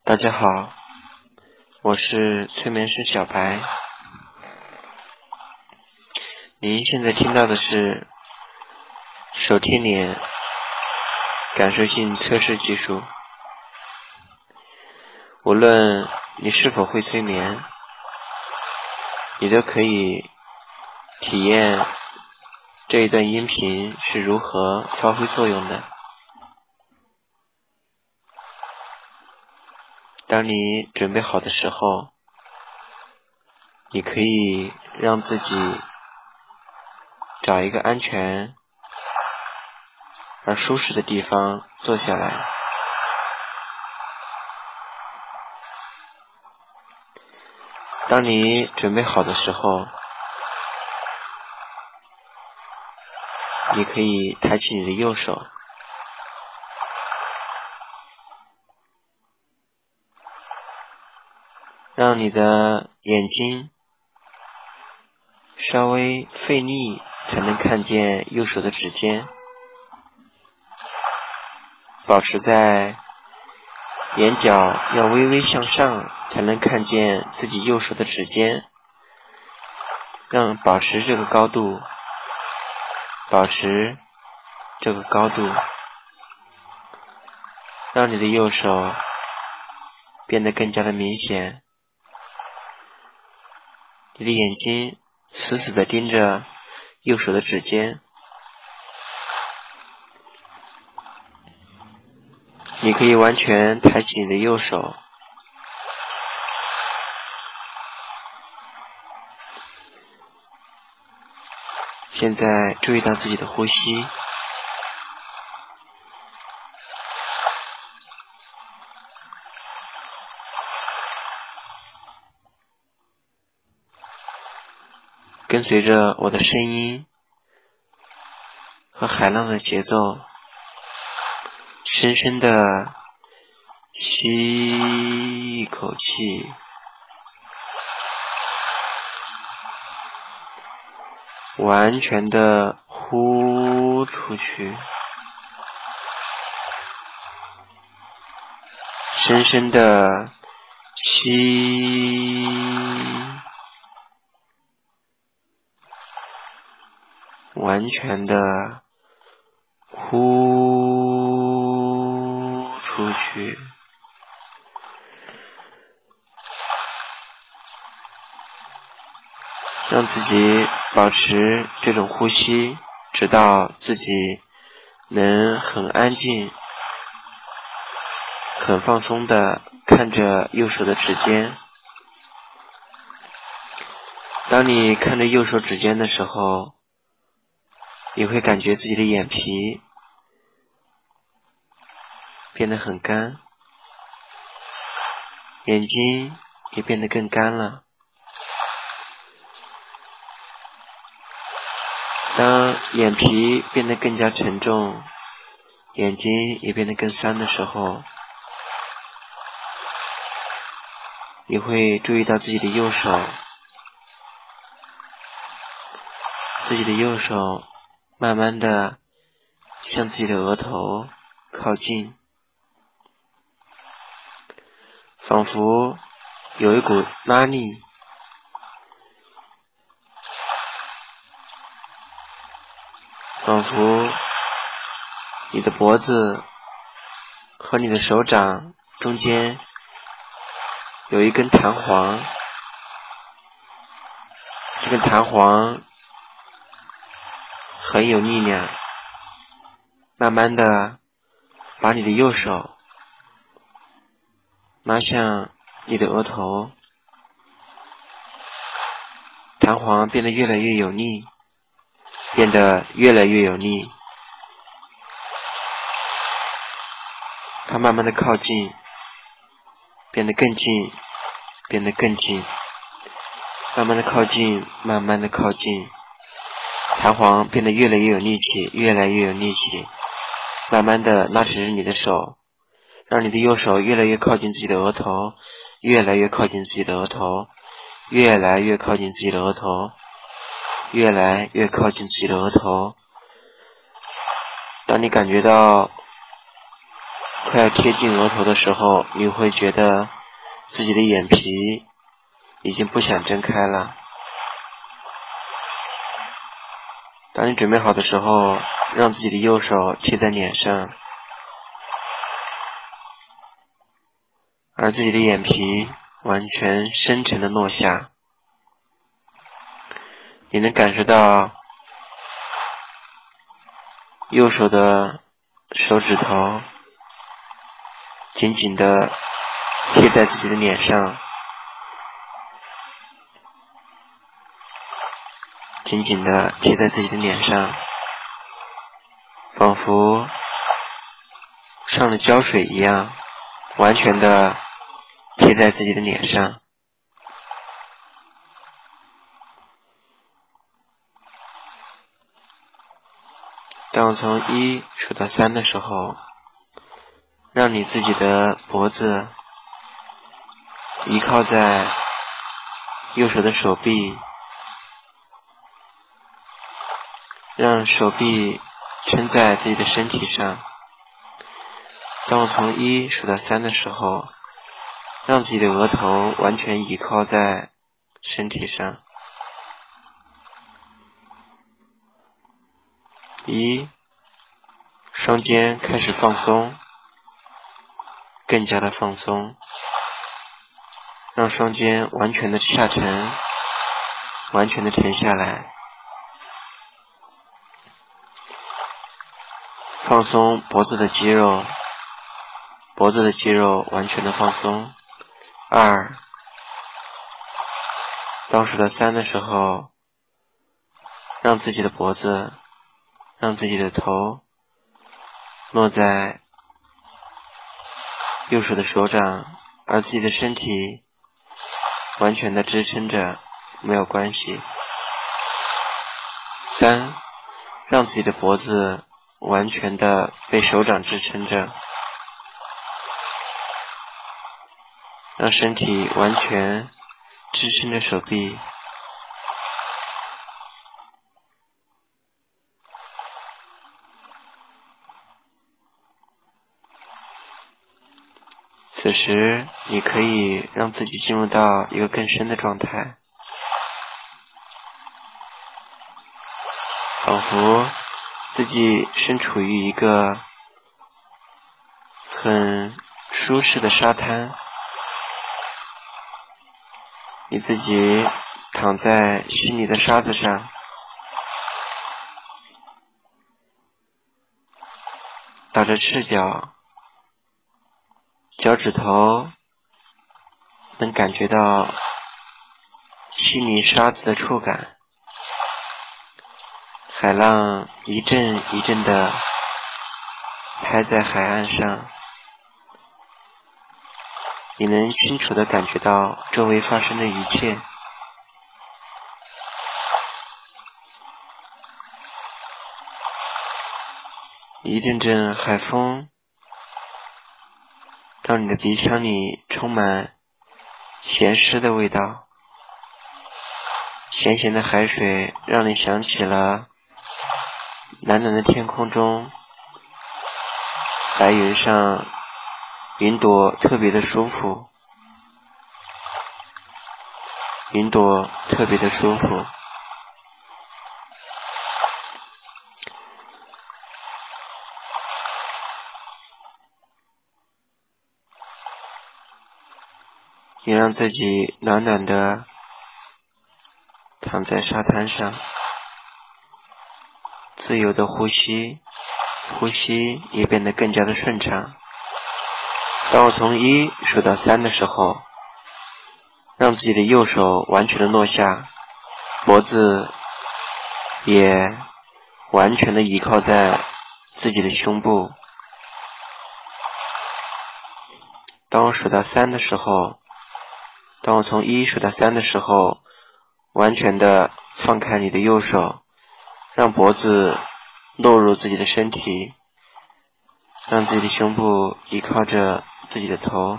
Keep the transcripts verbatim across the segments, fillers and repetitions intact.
大家好，我是催眠师小白。您现在听到的是手贴脸感受性测试技术。无论你是否会催眠，你都可以体验这一段音频是如何发挥作用的。当你准备好的时候，你可以让自己找一个安全而舒适的地方坐下来。当你准备好的时候，你可以抬起你的右手，让你的眼睛稍微费力才能看见右手的指尖，保持在眼角要微微向上才能看见自己右手的指尖，让保持这个高度，保持这个高度，让你的右手变得更加的明显。你的眼睛死死地盯着右手的指尖，你可以完全抬起你的右手，现在注意到自己的呼吸，跟随着我的声音和海浪的节奏，深深的吸一口气，完全的呼出去，深深的吸，完全的呼出去。让自己保持这种呼吸，直到自己能很安静、很放松地看着右手的指尖。当你看着右手指尖的时候，你会感觉自己的眼皮变得很干，眼睛也变得更干了。当眼皮变得更加沉重，眼睛也变得更酸的时候，你会注意到自己的右手，自己的右手慢慢的向自己的额头靠近，仿佛有一股拉力，仿佛你的脖子和你的手掌中间有一根弹簧，这根弹簧很有力量，慢慢的把你的右手拉向你的额头，弹簧变得越来越有力，变得越来越有力，它慢慢的靠近，变得更近，变得更近，慢慢的靠近，慢慢的靠近，弹簧变得越来越有力气，越来越有力气，慢慢的拉直你的手，让你的右手越来越靠近自己的额头，越来越靠近自己的额头，越来越靠近自己的额头，越来越靠近自己的额头。当你感觉到快要贴近额头的时候，你会觉得自己的眼皮已经不想睁开了。当你准备好的时候，让自己的右手贴在脸上，而自己的眼皮完全深沉的落下。你能感受到右手的手指头紧紧的贴在自己的脸上，紧紧的贴在自己的脸上，仿佛上了胶水一样，完全的贴在自己的脸上。当我从一数到三的时候，让你自己的脖子依靠在右手的手臂，让手臂撑在自己的身体上。当我从一数到三的时候，让自己的额头完全倚靠在身体上。一，双肩开始放松，更加的放松，让双肩完全的下沉，完全的沉下来，放松脖子的肌肉，脖子的肌肉完全的放松。二，当数到三的时候，让自己的脖子，让自己的头落在右手的手掌，而自己的身体完全的支撑着，没有关系。三，让自己的脖子完全的被手掌支撑着，让身体完全支撑着手臂。此时你可以让自己进入到一个更深的状态，仿佛自己身处于一个很舒适的沙滩，你自己躺在稀泥的沙子上，打着赤脚，脚趾头能感觉到稀泥沙子的触感，海浪一阵一阵的拍在海岸上，你能清楚地感觉到周围发生的一切。一阵阵海风让你的鼻腔里充满咸湿的味道，咸咸的海水让你想起了蓝蓝的天空中，白云上云朵特别的舒服，云朵特别的舒服。你让自己暖暖的躺在沙滩上，自由的呼吸，呼吸也变得更加的顺畅。当我从一数到三的时候，让自己的右手完全的落下，脖子也完全的倚靠在自己的胸部。当我数到三的时候，当我从一数到三的时候，完全的放开你的右手，让脖子落入自己的身体，让自己的胸部依靠着自己的头。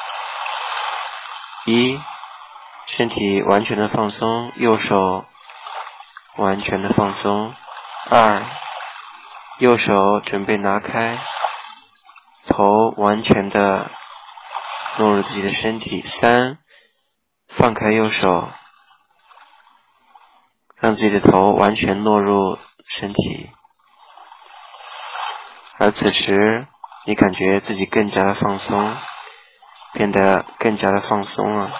一，身体完全的放松，右手完全的放松。二，右手准备拿开， 头完全的落入自己的身体。三，放开右手，让自己的头完全落入身体。而此时，你感觉自己更加的放松，变得更加的放松了。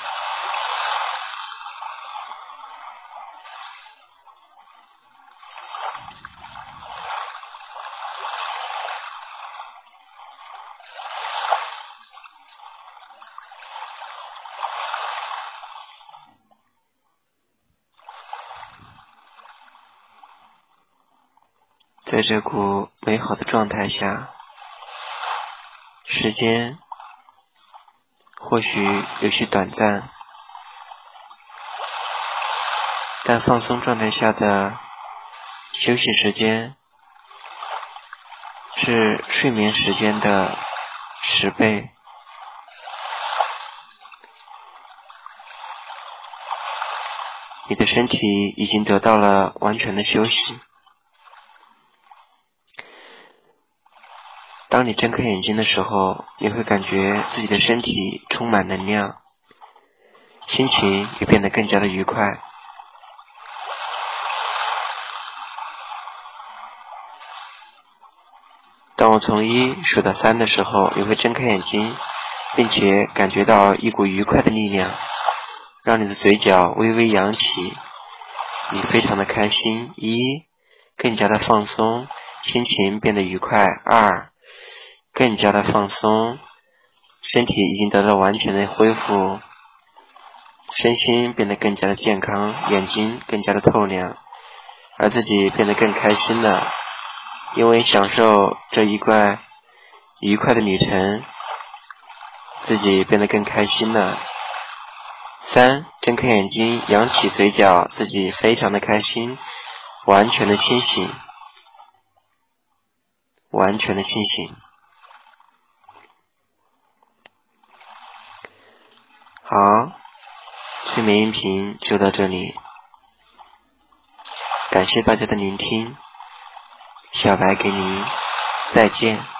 在这股美好的状态下，时间或许有些短暂，但放松状态下的休息时间是睡眠时间的十倍。你的身体已经得到了完全的休息。当你睁开眼睛的时候，你会感觉自己的身体充满能量，心情也变得更加的愉快。当我从一数到三的时候，你会睁开眼睛，并且感觉到一股愉快的力量，让你的嘴角微微扬起，你非常的开心。一，更加的放松，心情变得愉快。二，更加的放松，身体已经得到完全的恢复，身心变得更加的健康，眼睛更加的透亮，而自己变得更开心了，因为享受这一段愉快的旅程，自己变得更开心了。三，睁开眼睛，扬起嘴角，自己非常的开心，完全的清醒，完全的清醒。好，睡眠音频就到这里，感谢大家的聆听，小白给您再见。